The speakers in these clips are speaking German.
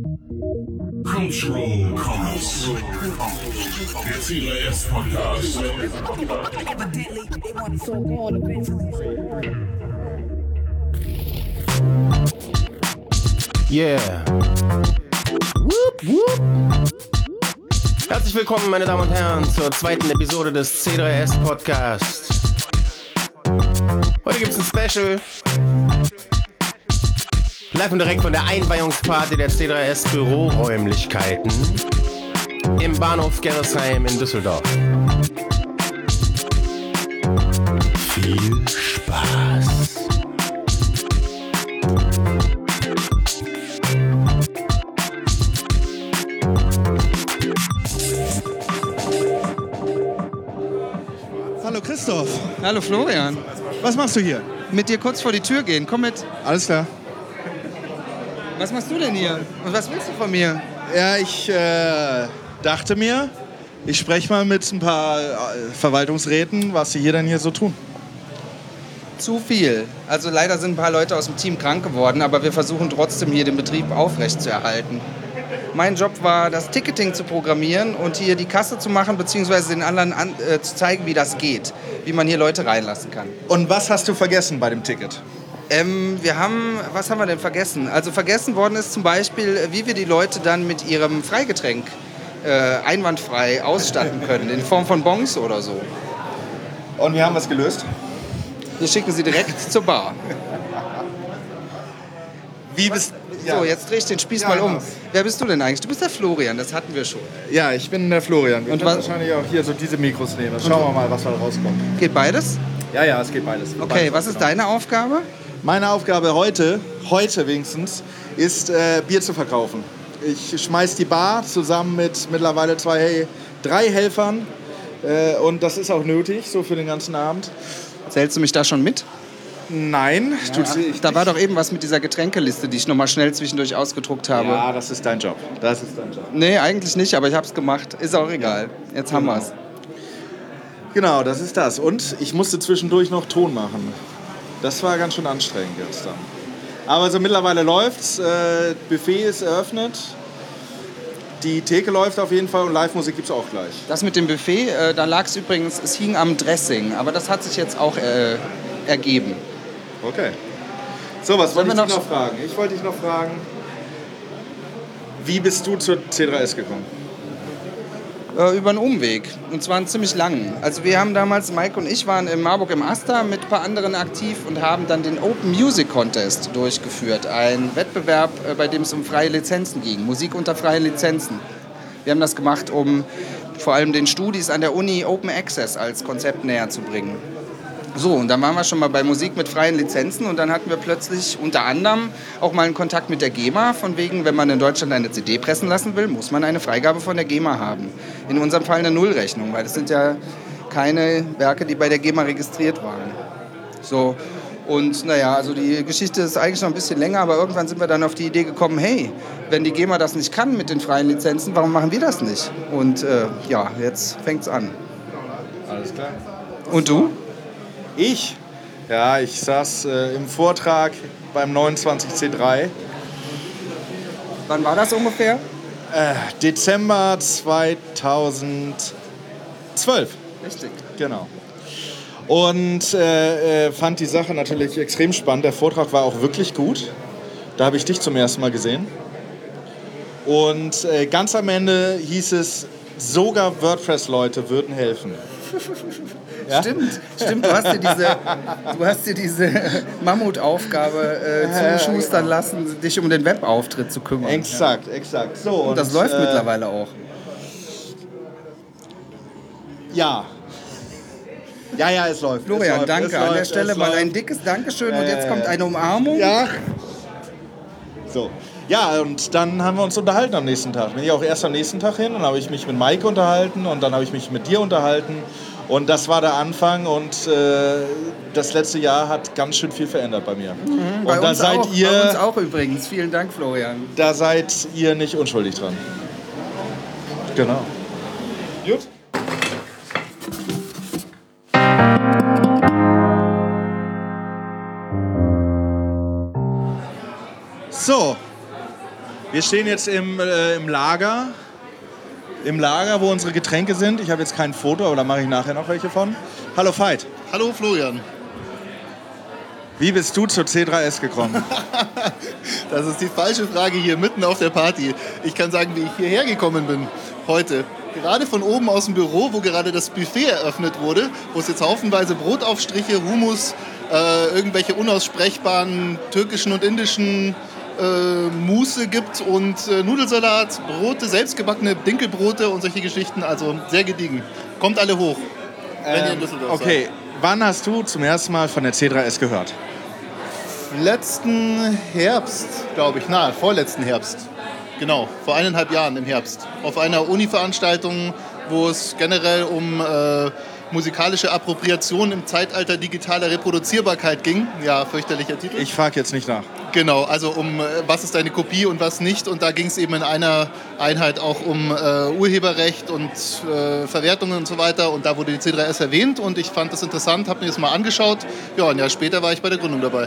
Cultural Commerce. Der C3S Podcast. Yeah. Whoop, whoop. Herzlich willkommen, meine Damen und Herren, zur zweiten Episode des C3S Podcast. Heute gibt's ein Special. Live und direkt von der Einweihungsparty der C3S Büroräumlichkeiten im Bahnhof Gerresheim in Düsseldorf. Viel Spaß! Hallo Christoph. Hallo Florian. Was machst du hier? Mit dir kurz vor die Tür gehen. Komm mit. Alles klar. Was machst du denn hier? Und was willst du von mir? Ja, ich dachte mir, ich spreche mal mit ein paar Verwaltungsräten, was sie hier denn hier so tun. Zu viel. Also leider sind ein paar Leute aus dem Team krank geworden, aber wir versuchen trotzdem hier den Betrieb aufrechtzuerhalten. Mein Job war, das Ticketing zu programmieren und hier die Kasse zu machen, beziehungsweise den anderen zu zeigen, wie das geht, wie man hier Leute reinlassen kann. Und was hast du vergessen bei dem Ticket? Was haben wir denn vergessen? Also vergessen worden ist zum Beispiel, wie wir die Leute dann mit ihrem Freigetränk einwandfrei ausstatten können, in Form von Bons oder so. Und wir haben was gelöst? Wir schicken sie direkt zur Bar. Wie bist So, jetzt dreh ich den Spieß mal um. Wer bist du denn eigentlich? Du bist der Florian, das hatten wir schon. Ja, ich bin der Florian. Wir Und können was- wahrscheinlich auch hier so diese Mikros nehmen. Schauen wir mal, was da rauskommt. Geht beides? Ja, es geht beides. Okay, was ist deine Aufgabe? Meine Aufgabe heute wenigstens, ist Bier zu verkaufen. Ich schmeiß die Bar zusammen mit mittlerweile 3 Helfern. Und das ist auch nötig, so für den ganzen Abend. Zählst du mich da schon mit? Nein, Da war doch eben was mit dieser Getränkeliste, die ich nochmal schnell zwischendurch ausgedruckt habe. Ja, das ist dein Job. Nee, eigentlich nicht, aber ich hab's gemacht. Ist auch egal. Jetzt haben wir's. Genau, das ist das. Und ich musste zwischendurch noch Ton machen. Das war ganz schön anstrengend jetzt dann. Aber so mittlerweile läuft's. Buffet ist eröffnet. Die Theke läuft auf jeden Fall und Live-Musik gibt's auch gleich. Das mit dem Buffet, da lag es übrigens, es hing am Dressing, aber das hat sich jetzt auch ergeben. Okay. So, was wollte ich wir dich noch fragen? Ich wollte dich noch fragen, wie bist du zur C3S gekommen? Über einen Umweg. Und zwar einen ziemlich langen. Also wir haben damals, Mike und ich waren in Marburg im Asta mit ein paar anderen aktiv und haben dann den Open Music Contest durchgeführt. Ein Wettbewerb, bei dem es um freie Lizenzen ging. Musik unter freien Lizenzen. Wir haben das gemacht, um vor allem den Studis an der Uni Open Access als Konzept näher zu bringen. So, und dann waren wir schon mal bei Musik mit freien Lizenzen und dann hatten wir plötzlich unter anderem auch mal einen Kontakt mit der GEMA, von wegen, wenn man in Deutschland eine CD pressen lassen will, muss man eine Freigabe von der GEMA haben. In unserem Fall eine Nullrechnung, weil das sind ja keine Werke, die bei der GEMA registriert waren. So, und naja, also die Geschichte ist eigentlich noch ein bisschen länger, aber irgendwann sind wir dann auf die Idee gekommen, hey, wenn die GEMA das nicht kann mit den freien Lizenzen, warum machen wir das nicht? Und ja, jetzt fängt's an. Alles klar. Und du? Ich saß im Vortrag beim 29C3. Wann war das ungefähr? Dezember 2012. Richtig. Genau. Und fand die Sache natürlich extrem spannend. Der Vortrag war auch wirklich gut. Da habe ich dich zum ersten Mal gesehen. Und ganz am Ende hieß es, sogar WordPress-Leute würden helfen. Ja? Stimmt. Du hast dir diese Mammutaufgabe zuschustern lassen, dich um den Webauftritt zu kümmern. Exakt. So, Und das läuft mittlerweile auch. Ja, es läuft. Florian, danke. An der Stelle mal ein dickes Dankeschön und jetzt kommt eine Umarmung. Ja. So. Ja, und dann haben wir uns unterhalten am nächsten Tag. Bin ich auch erst am nächsten Tag hin, dann habe ich mich mit Maike unterhalten und dann habe ich mich mit dir unterhalten. Und das war der Anfang und das letzte Jahr hat ganz schön viel verändert bei mir. Mhm, bei und da uns seid auch, ihr, bei uns auch übrigens. Vielen Dank, Florian. da seid ihr nicht unschuldig dran. Genau. Gut. So, Wir stehen jetzt im Lager. Im Lager, wo unsere Getränke sind. Ich habe jetzt kein Foto, aber da mache ich nachher noch welche von. Hallo Veit. Hallo Florian. Wie bist du zur C3S gekommen? Das ist die falsche Frage hier mitten auf der Party. Ich kann sagen, wie ich hierher gekommen bin heute. Gerade von oben aus dem Büro, wo gerade das Buffet eröffnet wurde, wo es jetzt haufenweise Brotaufstriche, Hummus, irgendwelche unaussprechbaren türkischen und indischen Muße gibt und Nudelsalat, Brote, selbstgebackene Dinkelbrote und solche Geschichten. Also sehr gediegen. Kommt alle hoch, wenn ihr in Düsseldorf Okay, wann hast du zum ersten Mal von der C3S gehört? seid. Letzten Herbst, glaube ich. Vorletzten Herbst. Genau, vor 1,5 Jahren im Herbst. Auf einer Uni-Veranstaltung, wo es generell um musikalische Appropriation im Zeitalter digitaler Reproduzierbarkeit ging. Ja, fürchterlicher Titel. Ich frage jetzt nicht nach. Genau, also um was ist eine Kopie und was nicht. Und da ging es eben in einer Einheit auch um Urheberrecht und Verwertungen und so weiter. Und da wurde die C3S erwähnt und ich fand das interessant, habe mir das mal angeschaut. Ja, ein Jahr später war ich bei der Gründung dabei.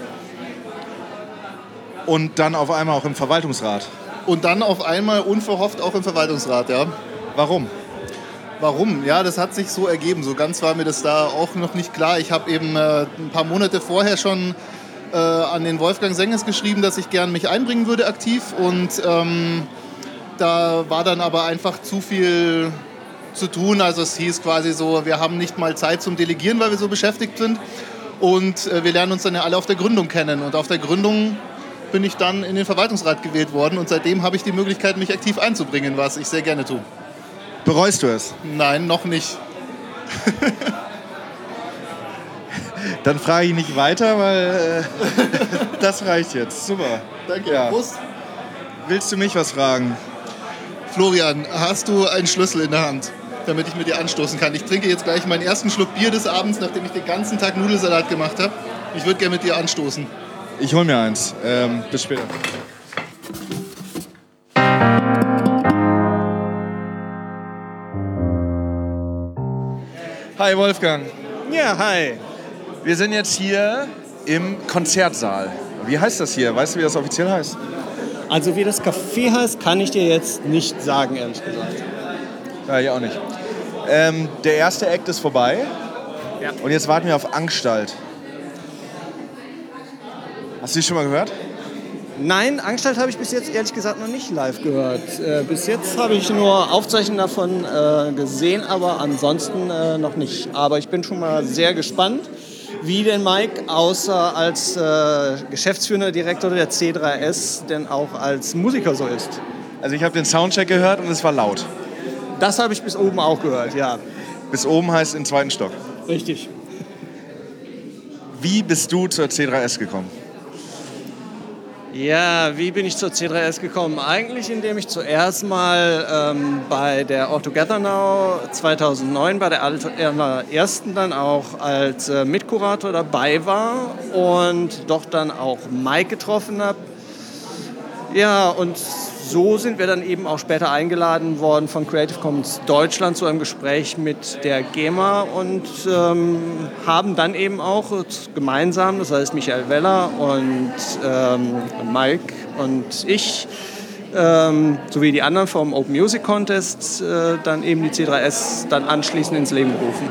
Und dann auf einmal auch im Verwaltungsrat. Und dann auf einmal unverhofft auch im Verwaltungsrat, ja. Warum? Warum? Ja, das hat sich so ergeben. So ganz war mir das da auch noch nicht klar. Ich habe eben ein paar Monate vorher schon an den Wolfgang Senges geschrieben, dass ich gern mich einbringen würde aktiv. Und da war dann aber einfach zu viel zu tun. Also es hieß quasi so, wir haben nicht mal Zeit zum Delegieren, weil wir so beschäftigt sind. Und wir lernen uns dann ja alle auf der Gründung kennen. Und auf der Gründung bin ich dann in den Verwaltungsrat gewählt worden. Und seitdem habe ich die Möglichkeit, mich aktiv einzubringen, was ich sehr gerne tue. Bereust du es? Nein, noch nicht. Dann frage ich nicht weiter, weil das reicht jetzt. Super. Danke. Ja. Prost. Willst du mich was fragen? Florian, hast du einen Schlüssel in der Hand, damit ich mit dir anstoßen kann? Ich trinke jetzt gleich meinen ersten Schluck Bier des Abends, nachdem ich den ganzen Tag Nudelsalat gemacht habe. Ich würde gerne mit dir anstoßen. Ich hol mir eins. Bis später. Hi Wolfgang. Ja, hi. Wir sind jetzt hier im Konzertsaal. Wie heißt das hier? Weißt du, wie das offiziell heißt? Also wie das Café heißt, kann ich dir jetzt nicht sagen, ehrlich gesagt. Ja, ich auch nicht. Der erste Act ist vorbei. Ja. Und jetzt warten wir auf Anstalt. Hast du die schon mal gehört? Nein, Anstalt habe ich bis jetzt ehrlich gesagt noch nicht live gehört. Bis jetzt habe ich nur Aufzeichnungen davon gesehen, aber ansonsten noch nicht. Aber ich bin schon mal sehr gespannt, wie denn Mike außer als geschäftsführender Direktor der C3S denn auch als Musiker so ist. Also ich habe den Soundcheck gehört und es war laut. Das habe ich bis oben auch gehört, ja. Bis oben heißt im 2. Stock. Richtig. Wie bist du zur C3S gekommen? Ja, wie bin ich zur C3S gekommen? Eigentlich, indem ich zuerst mal bei der All Together Now 2009, bei der allerersten dann auch als Mitkurator dabei war und doch dann auch Mike getroffen habe. Ja, und so sind wir dann eben auch später eingeladen worden von Creative Commons Deutschland zu einem Gespräch mit der GEMA und haben dann eben auch gemeinsam, das heißt Michael Weller und Mike und ich, sowie die anderen vom Open Music Contest, dann eben die C3S dann anschließend ins Leben gerufen.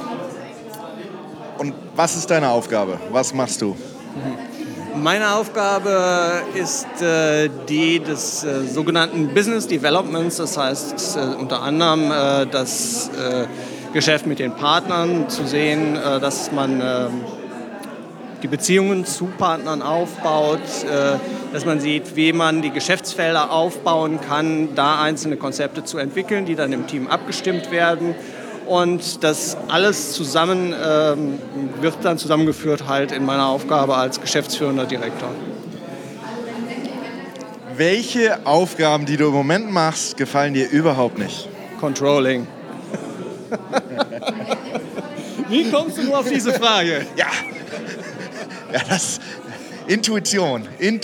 Und was ist deine Aufgabe? Was machst du? Meine Aufgabe ist die des sogenannten Business Developments, das heißt unter anderem das Geschäft mit den Partnern zu sehen, dass man die Beziehungen zu Partnern aufbaut, dass man sieht, wie man die Geschäftsfelder aufbauen kann, da einzelne Konzepte zu entwickeln, die dann im Team abgestimmt werden. Und das alles zusammen wird dann zusammengeführt halt in meiner Aufgabe als geschäftsführender Direktor. Welche Aufgaben, die du im Moment machst, gefallen dir überhaupt nicht? Controlling. Wie kommst du nur auf diese Frage? Ja, das Intuition.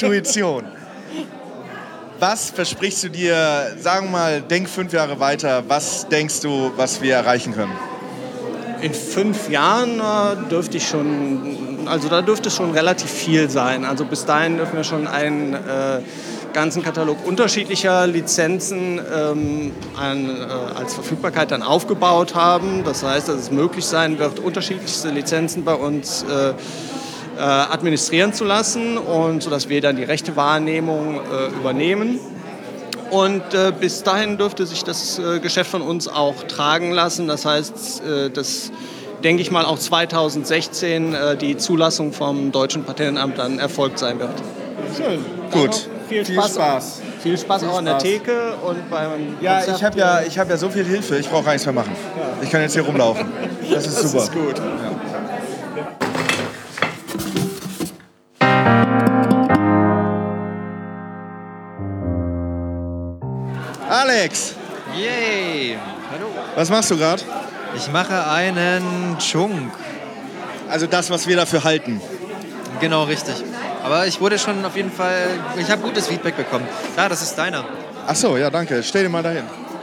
Was versprichst du dir, sagen wir mal, denk 5 Jahre weiter, was denkst du, was wir erreichen können? In 5 Jahren dürfte es schon relativ viel sein. Also bis dahin dürfen wir schon ein ganzen Katalog unterschiedlicher Lizenzen als Verfügbarkeit dann aufgebaut haben. Das heißt, dass es möglich sein wird, unterschiedlichste Lizenzen bei uns administrieren zu lassen, und sodass wir dann die Rechtewahrnehmung übernehmen. Und bis dahin dürfte sich das Geschäft von uns auch tragen lassen. Das heißt, dass, denke ich mal, auch 2016 die Zulassung vom Deutschen Patentamt dann erfolgt sein wird. Schön. Gut. Viel Spaß. Viel Spaß auch an der Theke und beim Ja, Konzert. ich hab ja so viel Hilfe, ich brauche gar nichts mehr machen. Ich kann jetzt hier rumlaufen. Das ist super. Das ist gut. Alex, Yay! Hallo. was machst du gerade? Ich mache einen Chunk. Also das, was wir dafür halten. Genau, richtig. Aber ich wurde schon auf jeden Fall, ich habe gutes Feedback bekommen. Ja, das ist deiner. Ach so, ja, danke. Stell dir mal dahin.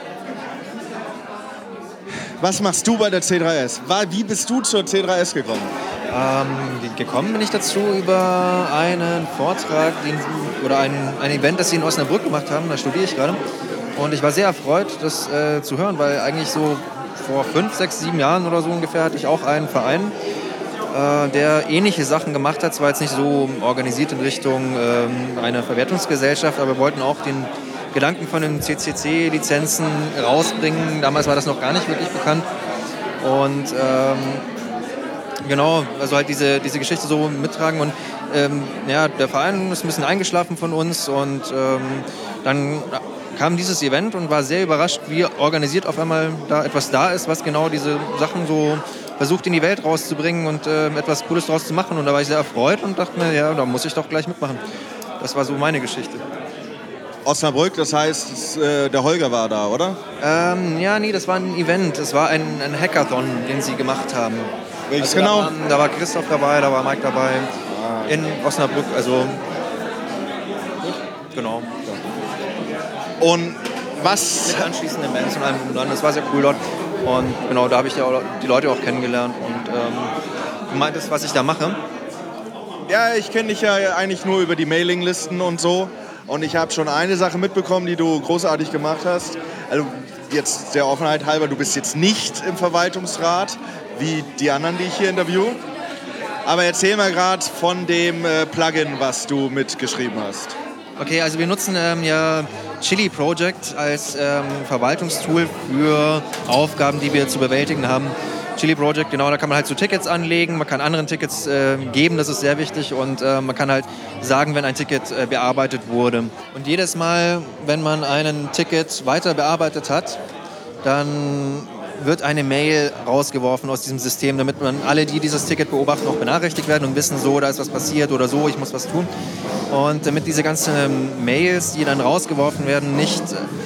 Was machst du bei der C3S? Wie bist du zur C3S gekommen? Gekommen bin ich dazu über einen Vortrag oder ein Event, das sie in Osnabrück gemacht haben. Da studiere ich gerade. Und ich war sehr erfreut, das zu hören, weil eigentlich so vor 5, 6, 7 Jahren oder so ungefähr hatte ich auch einen Verein, der ähnliche Sachen gemacht hat. Zwar jetzt nicht so organisiert in Richtung einer Verwertungsgesellschaft, aber wir wollten auch den Gedanken von den CCC-Lizenzen rausbringen. Damals war das noch gar nicht wirklich bekannt. Und genau, also halt diese Geschichte so mittragen. Und ja, der Verein ist ein bisschen eingeschlafen von uns. Und dann kam dieses Event und war sehr überrascht, wie organisiert auf einmal da etwas da ist, was genau diese Sachen so versucht in die Welt rauszubringen und etwas Cooles draus zu machen. Und da war ich sehr erfreut und dachte mir, ja, da muss ich doch gleich mitmachen. Das war so meine Geschichte. Osnabrück, das heißt, der Holger war da, oder? Ja, nee, das war ein Event. Es war ein Hackathon, den sie gemacht haben. Welches Also genau? Da war Christoph dabei, da war Mike dabei. In Osnabrück, also genau. Und was... Mit anschließenden Bands und allem drum und dran. Das war sehr cool dort. Und genau, da habe ich ja auch die Leute auch kennengelernt. Und du meintest, was ich da mache? Ja, ich kenne dich ja eigentlich nur über die Mailinglisten und so. Und ich habe schon eine Sache mitbekommen, die du großartig gemacht hast. Also jetzt der Offenheit halber, du bist jetzt nicht im Verwaltungsrat, wie die anderen, die ich hier interview. Aber erzähl mal gerade von dem Plugin, was du mitgeschrieben hast. Okay, also wir nutzen ja Chili Project als Verwaltungstool für Aufgaben, die wir zu bewältigen haben. Chili Project, genau, da kann man halt so Tickets anlegen, man kann anderen Tickets geben, das ist sehr wichtig, und man kann halt sagen, wenn ein Ticket bearbeitet wurde. Und jedes Mal, wenn man ein Ticket weiter bearbeitet hat, dann wird eine Mail rausgeworfen aus diesem System, damit man alle, die dieses Ticket beobachten, auch benachrichtigt werden und wissen, so, da ist was passiert oder so, ich muss was tun. Und damit diese ganzen Mails, die dann rausgeworfen werden, nicht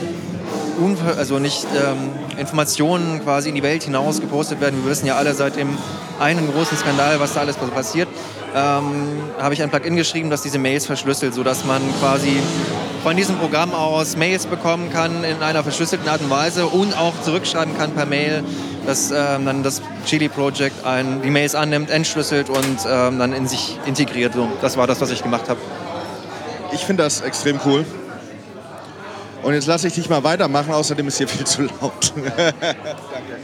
Informationen quasi in die Welt hinaus gepostet werden. Wir wissen ja alle seit dem einen großen Skandal, was da alles passiert, habe ich ein Plugin geschrieben, das diese Mails verschlüsselt, sodass man quasi von diesem Programm aus Mails bekommen kann in einer verschlüsselten Art und Weise und auch zurückschreiben kann per Mail, dass dann das Chili Project die Mails annimmt, entschlüsselt und dann in sich integriert. So, das war das, was ich gemacht habe. Ich finde das extrem cool. Und jetzt lasse ich dich mal weitermachen, außerdem ist hier viel zu laut. Danke.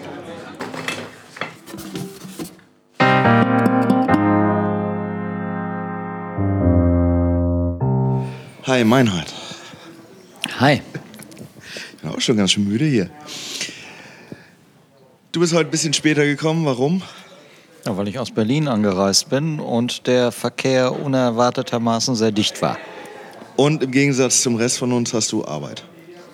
Hi, Meinhard. Hi. Ich bin auch schon ganz schön müde hier. Du bist heute ein bisschen später gekommen, warum? Ja, weil ich aus Berlin angereist bin und der Verkehr unerwartetermaßen sehr dicht war. Und im Gegensatz zum Rest von uns hast du Arbeit.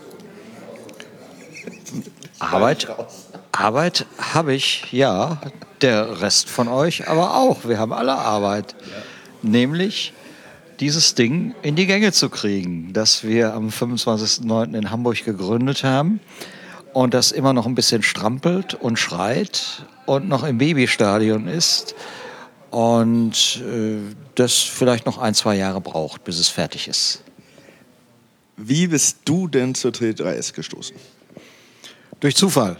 Arbeit habe ich, ja. Der Rest von euch aber auch. Wir haben alle Arbeit. Ja. Nämlich dieses Ding in die Gänge zu kriegen, das wir am 25.09. in Hamburg gegründet haben und das immer noch ein bisschen strampelt und schreit und noch im Babystadion ist und das vielleicht noch 1-2 Jahre braucht, bis es fertig ist. Wie bist du denn zur T3S gestoßen? Durch Zufall.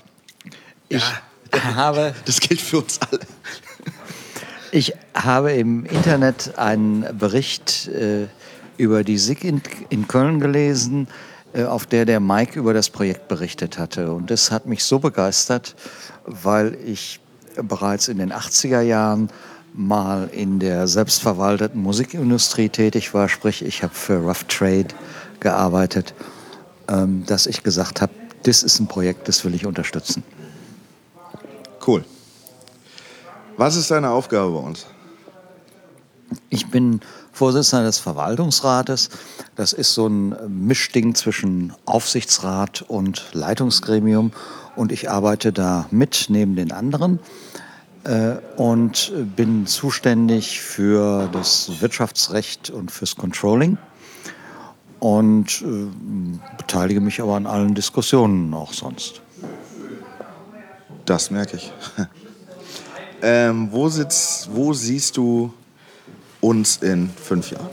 Das gilt für uns alle. Ich habe im Internet einen Bericht über die SIG in Köln gelesen, auf der Mike über das Projekt berichtet hatte. Und das hat mich so begeistert, weil ich bereits in den 80er Jahren mal in der selbstverwalteten Musikindustrie tätig war, sprich ich habe für Rough Trade gearbeitet, dass ich gesagt habe, das ist ein Projekt, das will ich unterstützen. Cool. Was ist deine Aufgabe bei uns? Ich bin Vorsitzender des Verwaltungsrates. Das ist so ein Mischding zwischen Aufsichtsrat und Leitungsgremium. Und ich arbeite da mit neben den anderen und bin zuständig für das Wirtschaftsrecht und fürs Controlling. Und beteilige mich aber an allen Diskussionen auch sonst. Das merke ich. Wo siehst du uns in 5 Jahren?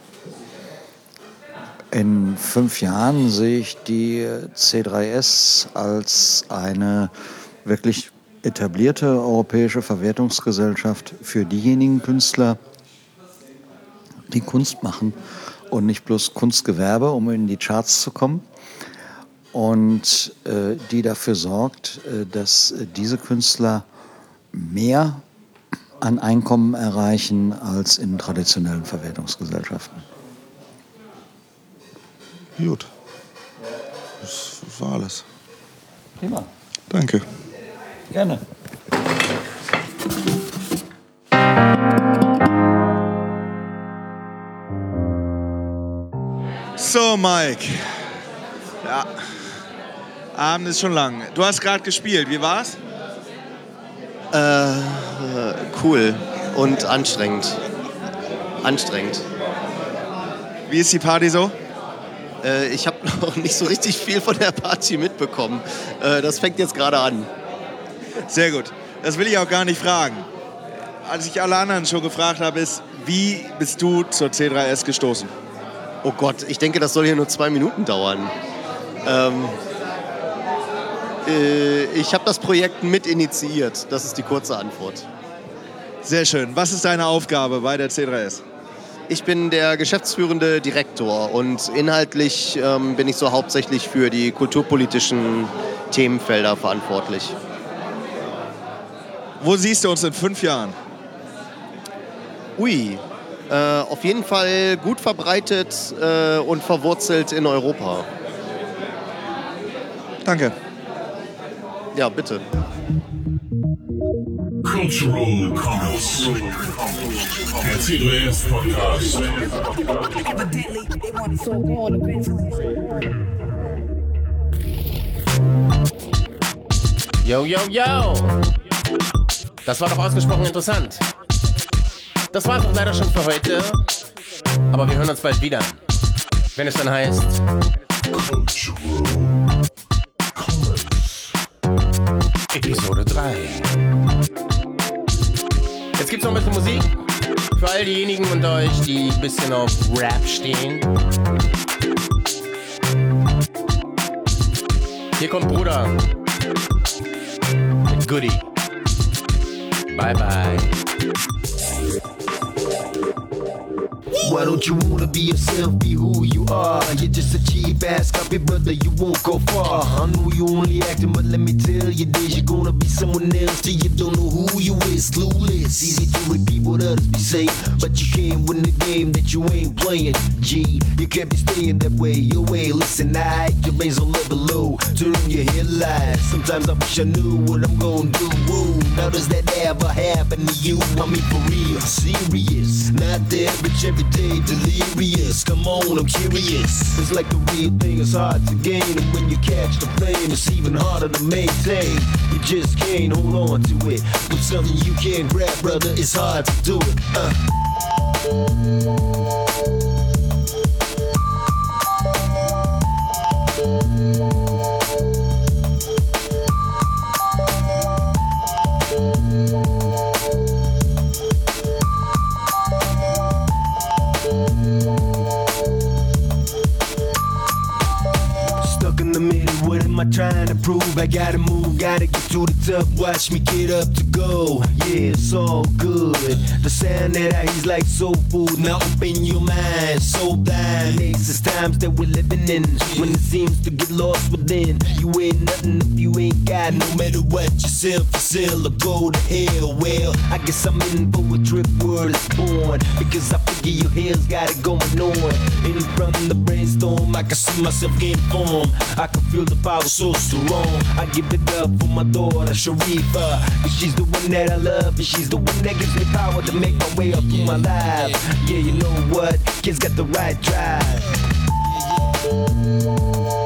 In 5 Jahren sehe ich die C3S als eine wirklich etablierte europäische Verwertungsgesellschaft für diejenigen Künstler, die Kunst machen und nicht bloß Kunstgewerbe, um in die Charts zu kommen. Und die dafür sorgt, dass diese Künstler mehr an Einkommen erreichen als in traditionellen Verwertungsgesellschaften. Gut. Das war alles. Prima. Danke. Gerne. So, Mike. Ja. Abend ist schon lang. Du hast gerade gespielt. Wie war's? Cool und anstrengend. Wie ist die Party so? Ich habe noch nicht so richtig viel von der Party mitbekommen. Das fängt jetzt gerade an. Sehr gut. Das will ich auch gar nicht fragen. Als ich alle anderen schon gefragt habe, ist, wie bist du zur C3S gestoßen? Oh Gott, ich denke, das soll hier nur 2 Minuten dauern. Ich habe das Projekt mit initiiert. Das ist die kurze Antwort. Sehr schön. Was ist deine Aufgabe bei der C3S? Ich bin der geschäftsführende Direktor und inhaltlich bin ich so hauptsächlich für die kulturpolitischen Themenfelder verantwortlich. Wo siehst du uns in 5 Jahren? Auf jeden Fall gut verbreitet und verwurzelt in Europa. Danke. Ja, bitte. Cultural Commerce. Der C3S Podcast. Yo, yo, yo! Das war doch ausgesprochen interessant. Das war's auch leider schon für heute. Aber wir hören uns bald wieder. Wenn es dann heißt... Cultural Commerce. Episode 3. Jetzt gibt's noch ein bisschen Musik. Für all diejenigen unter euch, die ein bisschen auf Rap stehen. Hier kommt Bruder. Mit Goodie. Bye, bye. Why don't you wanna be yourself, be who you are? You're just a cheap ass copy, brother, you won't go far. I know you only acting, but let me tell you this, you're gonna be someone else till you don't know who you is. Clueless, easy to repeat what others be saying, but you can't win the game that you ain't playing. G, you can't be staying that way, your way. Listen, your brain's on level low, turn on your headlights. Sometimes I wish I knew what I'm gonna do. Whoa, now does that ever happen to you? I mean for real, serious, not the average everyday delirious. Come on, I'm curious. It's like the real thing is hard to gain, and when you catch the flame, it's even harder to maintain. You just can't hold on to it. With something you can't grab, brother, it's hard to do it. Trying to prove I gotta move, gotta get to the top. Watch me get up to go. Yeah, it's all good. The sound that I hear's like soul food. Now open your mind, so blind. Makes it's times that we're living in when it seems to get lost within. You ain't nothing if you ain't got. No matter what you sell for sale or go to hell. Well, I guess I'm in for a trip where it's born, because I figure your hair's got it going on. In from the brainstorm, I can see myself getting formed. I can feel the power so strong. I give it up for my daughter Sharifa, cause she's the one that I love, and she's the one that gives me power to make my way up through my life. Yeah, you know what? Kids got the right drive.